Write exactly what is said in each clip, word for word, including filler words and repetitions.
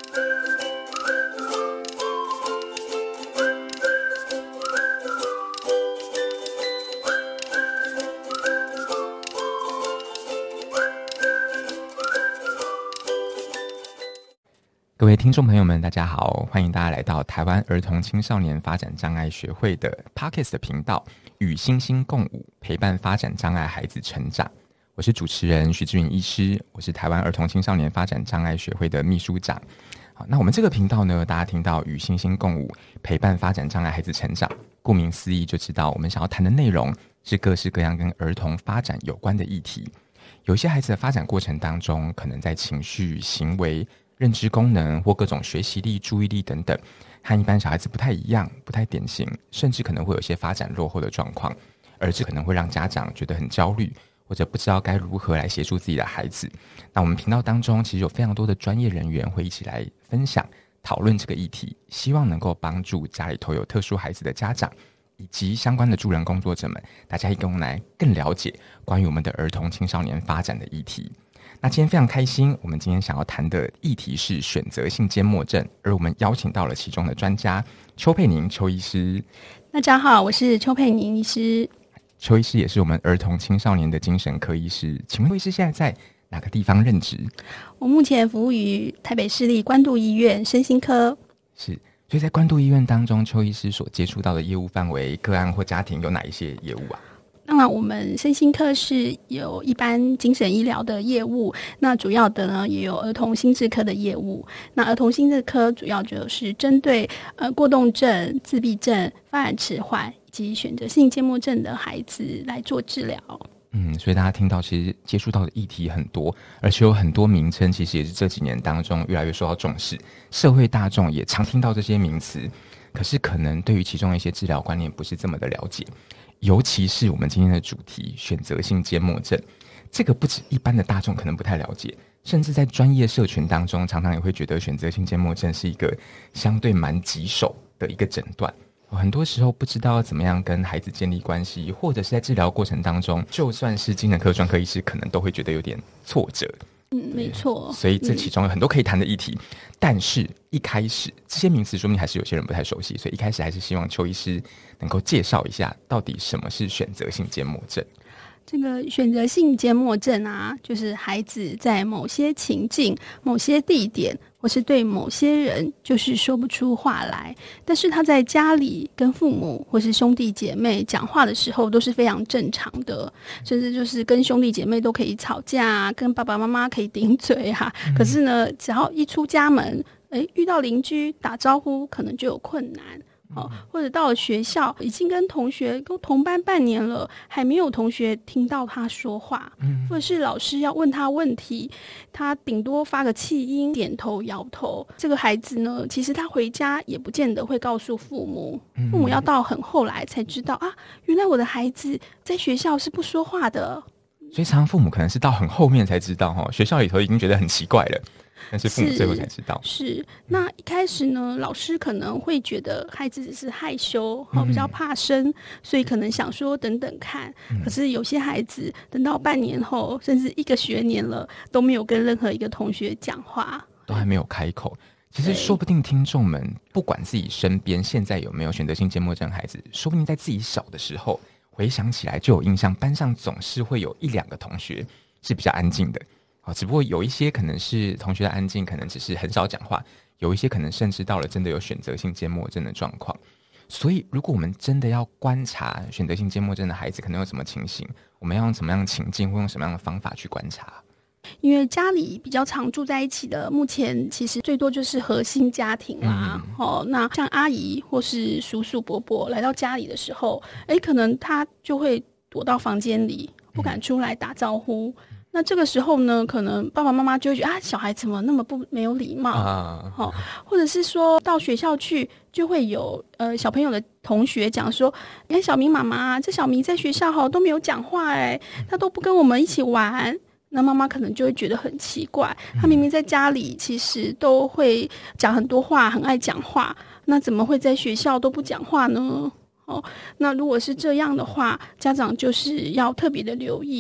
各位听众朋友们大家好，欢迎大家来到台湾儿童青少年发展障碍学会的 Podcast 频道，与星星共舞，陪伴发展障碍孩子成长。我是主持人徐志云医师，我是台湾儿童青少年发展障碍学会的秘书长。好，那我们这个频道呢，大家听到与星星共舞，陪伴发展障碍孩子成长，顾名思义就知道我们想要谈的内容是各式各样跟儿童发展有关的议题。有些孩子的发展过程当中，可能在情绪、行为、认知功能或各种学习力、注意力等等，和一般小孩子不太一样，不太典型，甚至可能会有一些发展落后的状况，而这可能会让家长觉得很焦虑，或者不知道该如何来协助自己的孩子。那我们频道当中其实有非常多的专业人员会一起来分享、讨论这个议题，希望能够帮助家里头有特殊孩子的家长以及相关的助人工作者们，大家一同来更了解关于我们的儿童青少年发展的议题。那今天非常开心，我们今天想要谈的议题是选择性缄默症，而我们邀请到了其中的专家邱佩宁邱医师。 大家好，我是邱佩宁医师。 邱医师也是我们儿童青少年的精神科医师，请问邱医师现在在哪个地方任职？ 我目前服务于台北市立关渡医院身心科。 是，所以在关渡医院当中，邱医师所接触到的业务范围、个案或家庭有哪一些业务啊？ 当然我们身心科是有一般精神医疗的业务，那主要的呢也有儿童心智科的业务。那儿童心智科主要就是针对呃过动症、自闭症、发展迟缓以及选择性缄默症的孩子来做治疗。 嗯，所以大家听到其实接触到的议题很多，而且有很多名称其实也是这几年当中越来越受到重视，社会大众也常听到这些名词，可是可能对于其中一些治疗观念不是这么的了解。尤其是我们今天的主题选择性缄默症，这个不止一般的大众可能不太了解，甚至在专业社群当中常常也会觉得选择性缄默症是一个相对蛮棘手的一个诊断，很多时候不知道怎么样跟孩子建立关系，或者是在治疗过程当中就算是精神科专科医师可能都会觉得有点挫折。 嗯，没错。 所以这其中有很多可以谈的议题、嗯、但是一开始这些名词说明还是有些人不太熟悉，所以一开始还是希望邱医师能够介绍一下到底什么是选择性缄默症。 这个选择性缄默症啊，就是孩子在某些情境、某些地点或是对某些人就是说不出话来，但是他在家里跟父母或是兄弟姐妹讲话的时候都是非常正常的，甚至就是跟兄弟姐妹都可以吵架啊，跟爸爸妈妈可以顶嘴啊、嗯、可是呢只要一出家门，诶，遇到邻居打招呼可能就有困难。哦，或者到了学校已经跟同学都同班半年了，还没有同学听到他说话、嗯、或者是老师要问他问题，他顶多发个气音，点头摇头。这个孩子呢，其实他回家也不见得会告诉父母，父母要到很后来才知道、嗯、啊，原来我的孩子在学校是不说话的。 所以常常父母可能是到很后面才知道，学校里头已经觉得很奇怪了，但是父母最后才知道。 是, 是那一开始呢，老师可能会觉得孩子只是害羞、嗯、比较怕生，所以可能想说等等看、嗯、可是有些孩子等到半年后甚至一个学年了都没有跟任何一个同学讲话， 都还没有开口。其实说不定听众们不管自己身边现在有没有选择性缄默症孩子，说不定在自己小的时候回想起来就有印象，班上总是会有一两个同学是比较安静的，只不过有一些可能是同学的安静可能只是很少讲话，有一些可能甚至到了真的有选择性缄默症的状况。所以如果我们真的要观察选择性缄默症的孩子可能有什么情形，我们要用什么样的情境或用什么样的方法去观察？ 因为家里比较常住在一起的，目前其实最多就是核心家庭啦、嗯哦、那像阿姨或是叔叔伯伯来到家里的时候，诶，可能他就会躲到房间里不敢出来打招呼、嗯，那这个时候呢，可能爸爸妈妈就会觉得啊，小孩怎么那么不没有礼貌啊、哦？或者是说到学校去，就会有呃小朋友的同学讲说，你看小明妈妈，这小明在学校哈都没有讲话哎，他都不跟我们一起玩。那妈妈可能就会觉得很奇怪，他明明在家里其实都会讲很多话，很爱讲话，那怎么会在学校都不讲话呢？哦，那如果是这样的话，家长就是要特别的留意。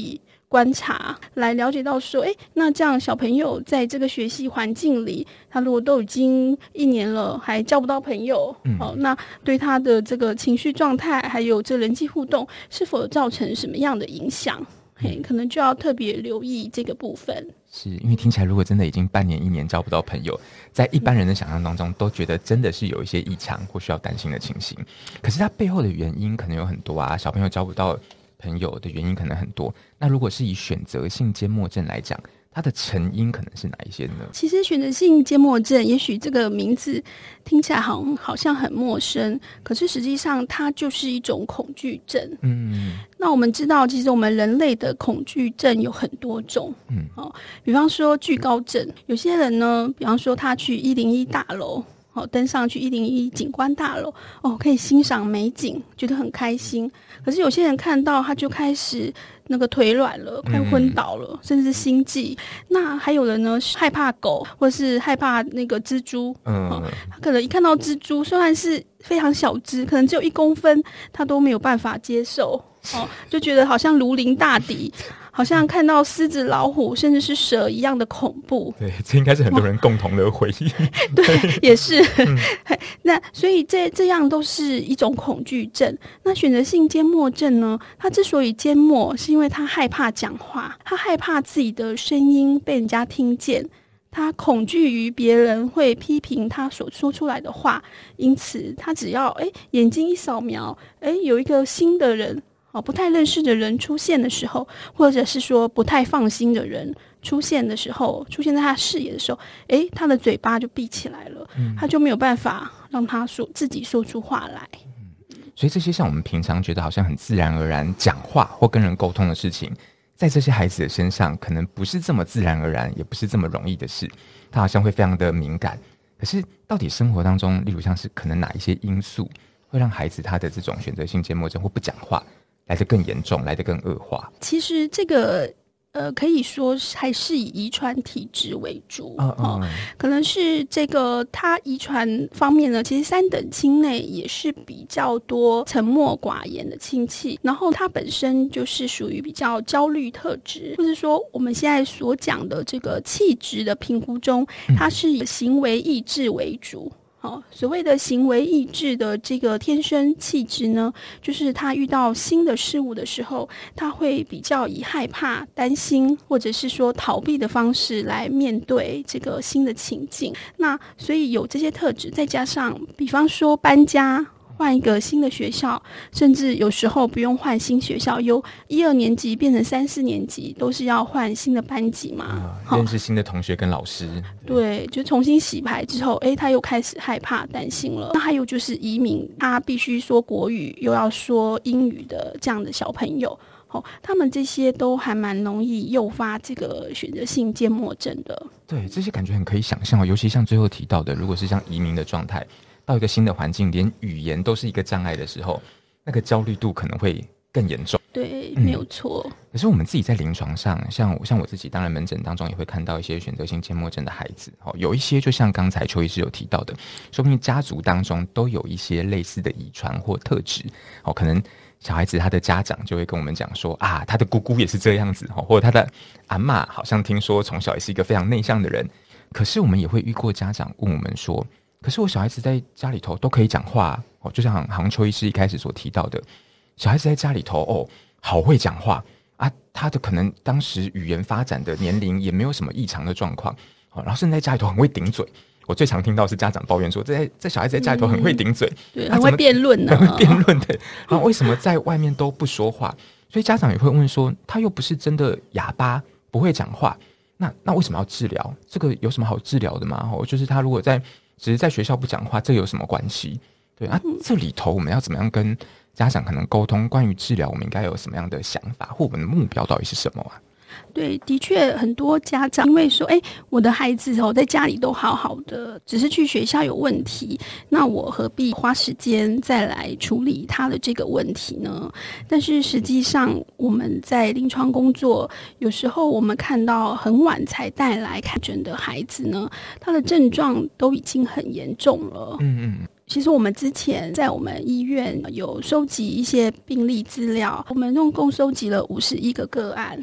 观察来了解到说，诶，那这样小朋友在这个学习环境里，他如果都已经一年了还交不到朋友、嗯哦、那对他的这个情绪状态还有这人际互动是否造成什么样的影响、嗯、可能就要特别留意这个部分。 是因为听起来如果真的已经半年一年交不到朋友，在一般人的想象当中都觉得真的是有一些异常或需要担心的情形，可是它背后的原因可能有很多啊，小朋友交不到朋友的原因可能很多，那如果是以选择性缄默症来讲，它的成因可能是哪一些呢？ 其实选择性缄默症也许这个名字听起来好像好像很陌生，可是实际上它就是一种恐惧症。嗯，那我们知道其实我们人类的恐惧症有很多种。嗯、哦，比方说惧高症，有些人呢，比方说他去一零一大楼哦，登上去一零一景观大楼哦，可以欣赏美景，觉得很开心。可是有些人看到他就开始那个腿软了，快昏倒了、嗯、甚至心悸。那还有人呢是害怕狗或是害怕那个蜘蛛、嗯哦、他可能一看到蜘蛛虽然是非常小只，可能只有一公分，他都没有办法接受、哦、就觉得好像如临大敌，好像看到狮子老虎甚至是蛇一样的恐怖。 对，这应该是很多人共同的回忆、哦、 对，也是、嗯、那所以这这样都是一种恐惧症。那选择性缄默症呢，他之所以缄默是因为他害怕讲话，他害怕自己的声音被人家听见，他恐惧于别人会批评他所说出来的话，因此他只要诶眼睛一扫描，诶有一个新的人哦，不太认识的人出现的时候，或者是说不太放心的人出现的时候，出现在他视野的时候，诶他的嘴巴就闭起来了、嗯、他就没有办法让他说自己说出话来、 嗯、所以这些像我们平常觉得好像很自然而然讲话或跟人沟通的事情，在这些孩子的身上可能不是这么自然而然，也不是这么容易的事，他好像会非常的敏感。可是到底生活当中例如像是可能哪一些因素会让孩子他的这种选择性缄默症或不讲话来得更严重，来得更恶化？ 其实这个呃，可以说还是以遗传体质为主、哦哦、可能是这个它遗传方面呢，其实三等亲内也是比较多沉默寡言的亲戚，然后它本身就是属于比较焦虑特质，或是说我们现在所讲的这个气质的评估中，它是以行为意志为主。哦，所谓的行为意志的这个天生气质呢，就是他遇到新的事物的时候，他会比较以害怕、担心或者是说逃避的方式来面对这个新的情境。那所以有这些特质，再加上比方说搬家，换一个新的学校，甚至有时候不用换新学校，由一二年级变成三四年级都是要换新的班级嘛、 啊、认识新的同学跟老师。 对, 对，就重新洗牌之后，诶他又开始害怕担心了。那还有就是移民，他必须说国语又要说英语的这样的小朋友，哦，他们这些都还蛮容易诱发这个选择性缄默症的。 对，这些感觉很可以想象、哦、尤其像最后提到的，如果是像移民的状态，到一个新的环境，连语言都是一个障碍的时候，那个焦虑度可能会更严重。 对，没有错、嗯、 可是我们自己在临床上，像我像我自己当然门诊当中也会看到一些选择性缄默症的孩子、哦、有一些就像刚才邱医师有提到的，说不定家族当中都有一些类似的遗传或特质、哦、可能小孩子他的家长就会跟我们讲说啊，他的姑姑也是这样子、哦、或者他的阿嬷好像听说从小也是一个非常内向的人。可是我们也会遇过家长问我们说，可是我小孩子在家里头都可以讲话、哦、就像好像邱医师一开始所提到的，小孩子在家里头哦好会讲话啊，他的可能当时语言发展的年龄也没有什么异常的状况、哦、然后甚至在家里头很会顶嘴。我最常听到是家长抱怨说，这这小孩子在家里头很会顶嘴、 嗯、对，很会辩论呢， 很会辩论的，然后为什么在外面都不说话？所以家长也会问说，他又不是真的哑巴，不会讲话，那那为什么要治疗？这个有什么好治疗的吗？哦，就是他如果在只是在学校不讲话，这有什么关系？对啊，这里头我们要怎么样跟家长可能沟通关于治疗，我们应该有什么样的想法，或我们的目标到底是什么啊？ 对，的确很多家长因为说，哎，我的孩子哦在家里都好好的，只是去学校有问题，那我何必花时间再来处理他的这个问题呢？但是实际上我们在临床工作，有时候我们看到很晚才带来看诊的孩子呢，他的症状都已经很严重了。嗯嗯。其实我们之前在我们医院有收集一些病例资料，我们总共收集了五十一个个案、啊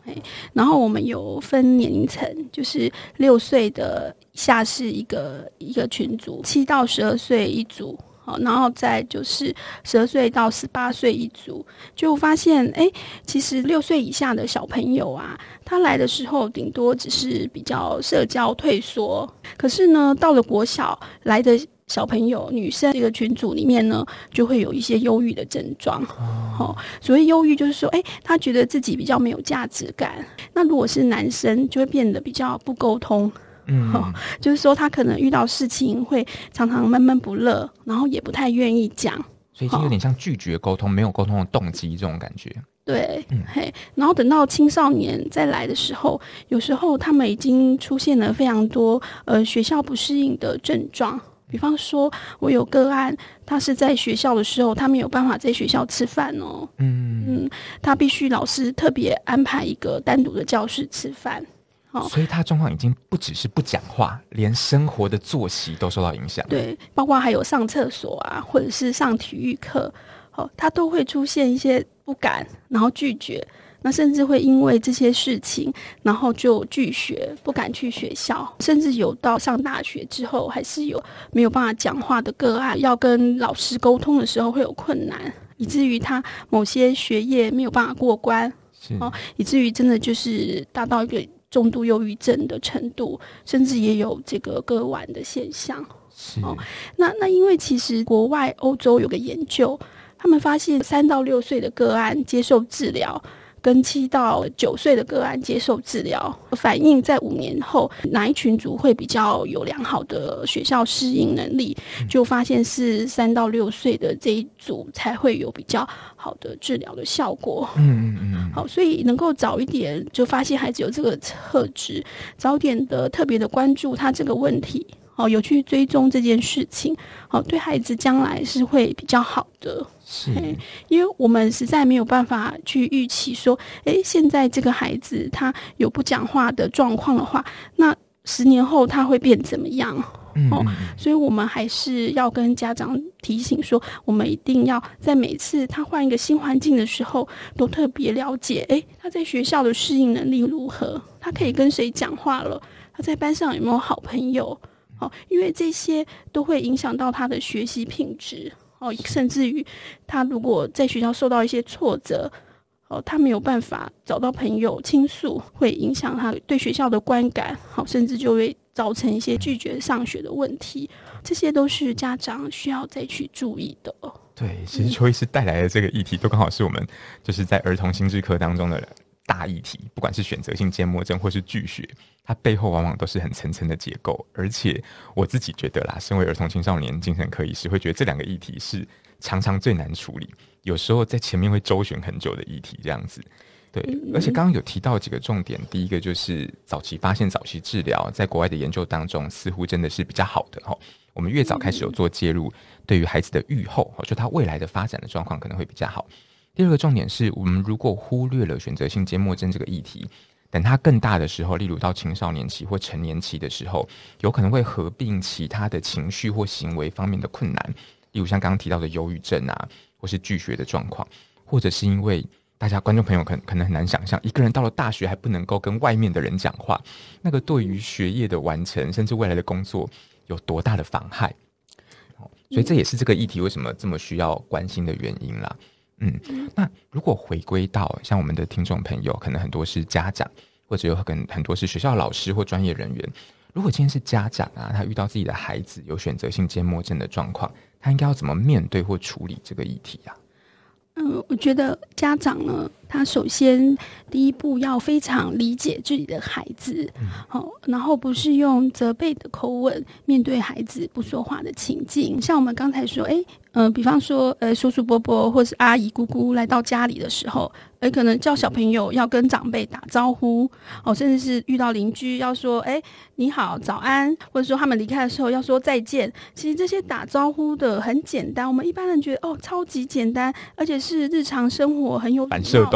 然后我们有分年龄层，就是六岁的以下是一个一个群组，七到十二岁一组，然后再就是十二岁到十八岁一组。就发现哎，其实六岁以下的小朋友啊，他来的时候顶多只是比较社交退缩，可是呢到了国小来的小朋友女生这个群组里面呢，就会有一些忧郁的症状。哦，所谓忧郁就是说哎，他觉得自己比较没有价值感。那如果是男生就会变得比较不沟通，嗯、哦，就是说他可能遇到事情会常常闷闷不乐，然后也不太愿意讲， 所以就有点像拒绝沟通、哦、没有沟通的动机这种感觉。 对、嗯、嘿，然后等到青少年再来的时候，有时候他们已经出现了非常多呃学校不适应的症状。比方说我有个案，他是在学校的时候他没有办法在学校吃饭哦，嗯嗯，他必须老师特别安排一个单独的教室吃饭。哦， 所以他状况已经不只是不讲话，连生活的作息都受到影响。 对，包括还有上厕所啊，或者是上体育课，哦，他都会出现一些不敢，然后拒绝，那甚至会因为这些事情然后就拒学，不敢去学校，甚至有到上大学之后还是有没有办法讲话的个案，要跟老师沟通的时候会有困难，以至于他某些学业没有办法过关，哦，以至于真的就是达到一个重度忧郁症的程度，甚至也有这个割腕的现象。哦，那那因为其实国外欧洲有个研究，他们发现三到六岁的个案接受治疗跟七到九岁的个案接受治疗，反映在五年后哪一群组会比较有良好的学校适应能力，就发现是三到六岁的这一组才会有比较好的治疗的效果。嗯嗯嗯。好，所以能够早一点就发现孩子有这个特质，早点的特别的关注他这个问题，哦，有去追踪这件事情，哦，对孩子将来是会比较好的。是，因为我们实在没有办法去预期说，诶，现在这个孩子他有不讲话的状况的话，那十年后他会变怎么样？嗯、哦，所以我们还是要跟家长提醒说，我们一定要在每次他换一个新环境的时候，都特别了解，诶，他在学校的适应能力如何？他可以跟谁讲话了？他在班上有没有好朋友？哦，因为这些都会影响到他的学习品质。哦，甚至于他如果在学校受到一些挫折，哦，他没有办法找到朋友倾诉，会影响他对学校的观感，好，甚至就会造成一些拒绝上学的问题。这些都是家长需要再去注意的。 对，其实邱医师带来的这个议题，都刚好是我们就是在儿童心智科当中的人。大议题，不管是选择性缄默症或是拒学，它背后往往都是很层层的结构。而且我自己觉得啦，身为儿童青少年精神科医师，会觉得这两个议题是常常最难处理，有时候在前面会周旋很久的议题这样子。对，而且刚刚有提到几个重点，第一个就是早期发现早期治疗，在国外的研究当中似乎真的是比较好的。我们越早开始有做介入，对于孩子的预后，就他未来的发展的状况可能会比较好。第二个重点是，我们如果忽略了选择性缄默症这个议题，等它更大的时候，例如到青少年期或成年期的时候，有可能会合并其他的情绪或行为方面的困难，例如像刚刚提到的忧郁症啊，或是拒学的状况，或者是因为大家观众朋友可能可能很难想象，一个人到了大学还不能够跟外面的人讲话，那个对于学业的完成，甚至未来的工作有多大的妨害。所以这也是这个议题为什么这么需要关心的原因啦。嗯，那如果回归到像我们的听众朋友，可能很多是家长，或者有很很多是学校老师或专业人员。如果今天是家长啊，他遇到自己的孩子有选择性缄默症的状况，他应该要怎么面对或处理这个议题啊？ 嗯，我觉得家长呢，他首先第一步要非常理解自己的孩子，好、嗯，然后不是用责备的口吻面对孩子不说话的情境。像我们刚才说，哎，呃，比方说，呃，叔叔伯伯或是阿姨姑姑来到家里的时候，呃，可能叫小朋友要跟长辈打招呼，哦，甚至是遇到邻居要说，哎，你好，早安，或者说他们离开的时候要说再见。其实这些打招呼的很简单，我们一般人觉得哦，超级简单，而且是日常生活很有反射动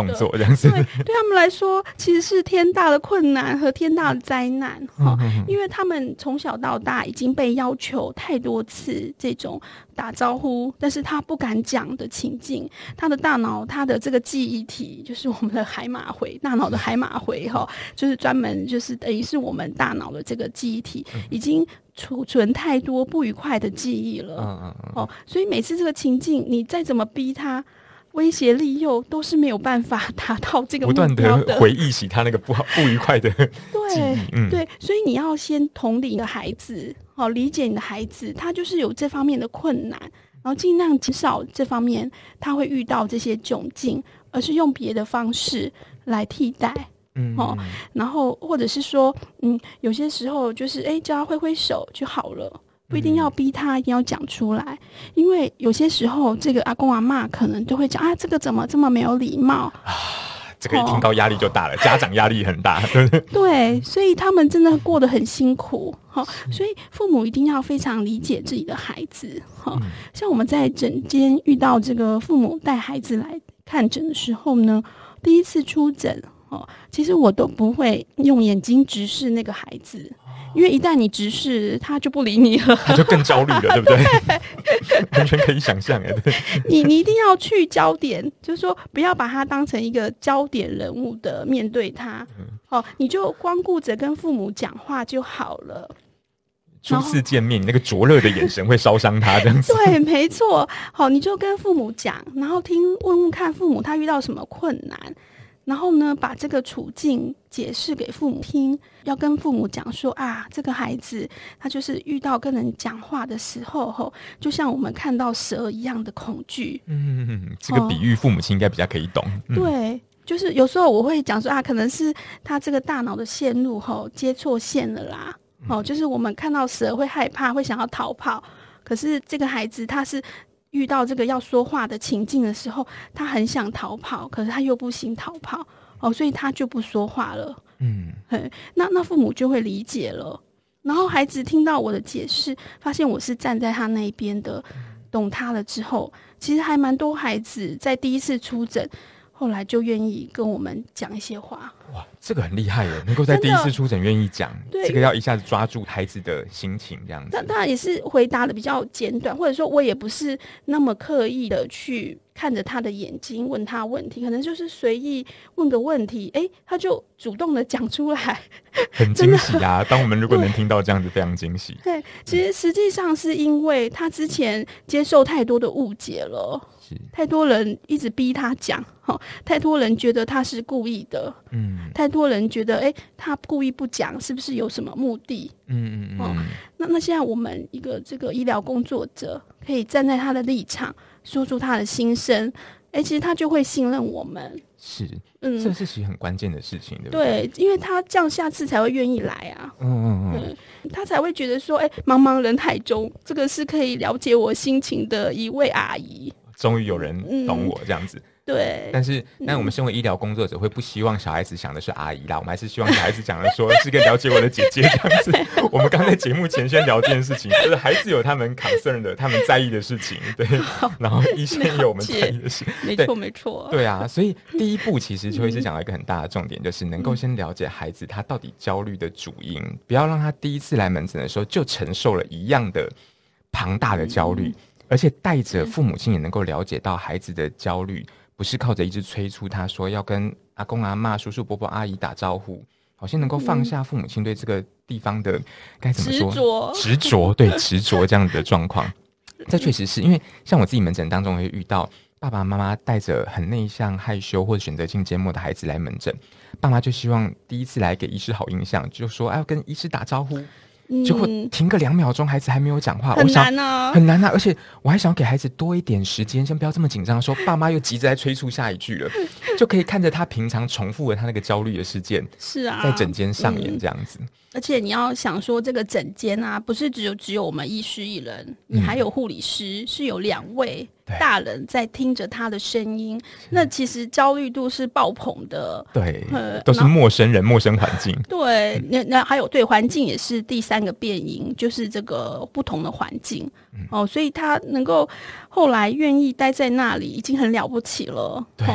动作这样子。 对，对他们来说其实是天大的困难和天大的灾难、哦嗯嗯、因为他们从小到大已经被要求太多次这种打招呼但是他不敢讲的情境，他的大脑他的这个记忆体就是我们的海马回，大脑的海马回、哦、就是专门就是等于是我们大脑的这个记忆体已经储存太多不愉快的记忆了、嗯嗯嗯哦、所以每次这个情境你再怎么逼他威胁利诱都是没有办法达到这个目标的， 不断的回忆起他那个不好不愉快的记忆。 对、嗯、对，所以你要先同理你的孩子、哦、理解你的孩子他就是有这方面的困难，然后尽量减少这方面他会遇到这些窘境，而是用别的方式来替代。嗯，哦，然后或者是说，嗯，有些时候就是，哎，叫他挥挥手就好了，不一定要逼他一定要讲出来，因为有些时候这个阿公阿嬷可能都会讲啊，这个怎么这么没有礼貌啊，这个一听到压力就大了，哦、家长压力很大，对不对？ 对，所以他们真的过得很辛苦，哦、所以父母一定要非常理解自己的孩子，哦嗯、像我们在诊间遇到这个父母带孩子来看诊的时候呢，第一次出诊。哦，其实我都不会用眼睛直视那个孩子，因为一旦你直视他就不理你了， 他就更焦虑了，对不对？完全可以想象哎，对， 你你一定要去焦点，就是说不要把他当成一个焦点人物的面对他，嗯、哦，你就光顾着跟父母讲话就好了。 初次见面，你那个灼热的眼神会烧伤他，这样子。 对，没错。好，你就跟父母讲，然后听问问看父母他遇到什么困难。然后呢，把这个处境解释给父母听，要跟父母讲说啊，这个孩子他就是遇到跟人讲话的时候，就像我们看到蛇一样的恐惧。 嗯，这个比喻父母亲应该比较可以懂。 嗯、对，就是有时候我会讲说啊，可能是他这个大脑的线路吼接错线了啦。哦，就是我们看到蛇会害怕，会想要逃跑，可是这个孩子他是遇到这个要说话的情境的时候，他很想逃跑，可是他又不行逃跑，哦，所以他就不说话了。嗯，那那父母就会理解了，然后孩子听到我的解释，发现我是站在他那边的，懂他了之后，其实还蛮多孩子在第一次出诊，后来就愿意跟我们讲一些话。 哇，这个很厉害耶，能够在第一次出诊愿意讲，这个要一下子抓住孩子的心情这样子。 当然也是回答的比较简短，或者说我也不是那么刻意的去看着他的眼睛问他问题，可能就是随意问个问题，哎，他就主动的讲出来， 很惊喜啊！当我们如果能听到这样子，非常惊喜。 对，其实实际上是因为他之前接受太多的误解了。太多人一直逼他讲，太多人觉得他是故意的，嗯，太多人觉得，哎、欸，他故意不讲，是不是有什么目的？嗯嗯嗯、哦。那那现在我们一个这个医疗工作者，可以站在他的立场，说出他的心声，哎、欸，其实他就会信任我们。 是，嗯，这是其实很关键的事情，对不对？对，因为他这样下次才会愿意来啊。嗯嗯嗯，他才会觉得说，哎、欸，茫茫人海中，这个是可以了解我心情的一位阿姨。 终于有人懂我这样子、嗯、 对， 但是但我们身为医疗工作者会不希望小孩子想的是阿姨啦，我们还是希望小孩子讲的说是个了解我的姐姐这样子。我们刚才节目前先聊这件事情，就是孩子有他们 concern 的他们在意的事情，对，然后医生也有我们在意的事， 没错没错， 对啊，所以第一步其实就会是讲到一个很大的重点，就是能够先了解孩子他到底焦虑的主因，不要让他第一次来门诊的时候就承受了一样的庞大的焦虑、嗯，而且带着父母亲也能够了解到孩子的焦虑不是靠着一直催促他说要跟阿公阿嬷、叔叔伯伯、阿姨打招呼，好像能够放下父母亲对这个地方的该怎么说执着，执着对执着这样子的状况。这确实是因为像我自己门诊当中会遇到爸爸妈妈带着很内向、害羞或者选择性缄默的孩子来门诊，爸妈就希望第一次来给医师好印象，就说、啊、要跟医师打招呼。结果停个两秒钟，孩子还没有讲话， 很难啊， 很难啊！而且我还想要给孩子多一点时间，先不要这么紧张的说，爸妈又急着在催促下一句了，就可以看着他平常重复了他那个焦虑的事件， 是啊， 在诊间上演这样子。嗯、 而且你要想说，这个诊间啊，不是只有只有我们医师一人，你还有护理师，嗯、是有两位大人在听着他的声音，那其实焦虑度是爆棚的。对， 呃、都是陌生人、陌生环境。 对，那那还有对环境也是第三个变因，就是这个不同的环境、嗯、哦，所以他能够后来愿意待在那里，已经很了不起了。 对。 哦，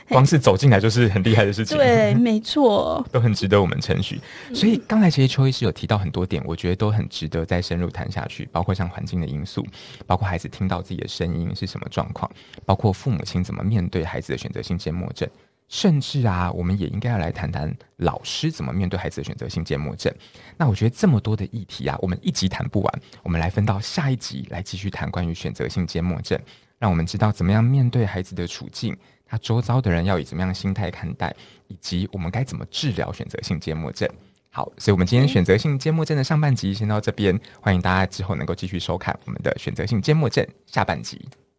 光是走进来就是很厉害的事情。 对，没错， 都很值得我们称许。所以刚才其实邱医师有提到很多点，我觉得都很值得再深入谈下去，包括像环境的因素，包括孩子听到自己的声音是什么状况，包括父母亲怎么面对孩子的选择性缄默症，甚至啊，我们也应该要来谈谈老师怎么面对孩子的选择性缄默症。那我觉得这么多的议题啊，我们一集谈不完，我们来分到下一集来继续谈关于选择性缄默症，让我们知道怎么样面对孩子的处境，他周遭的人要以怎么样的心态看待，以及我们该怎么治疗选择性缄默症。好，所以我们今天选择性缄默症的上半集先到这边，欢迎大家之后能够继续收看我们的选择性缄默症下半集。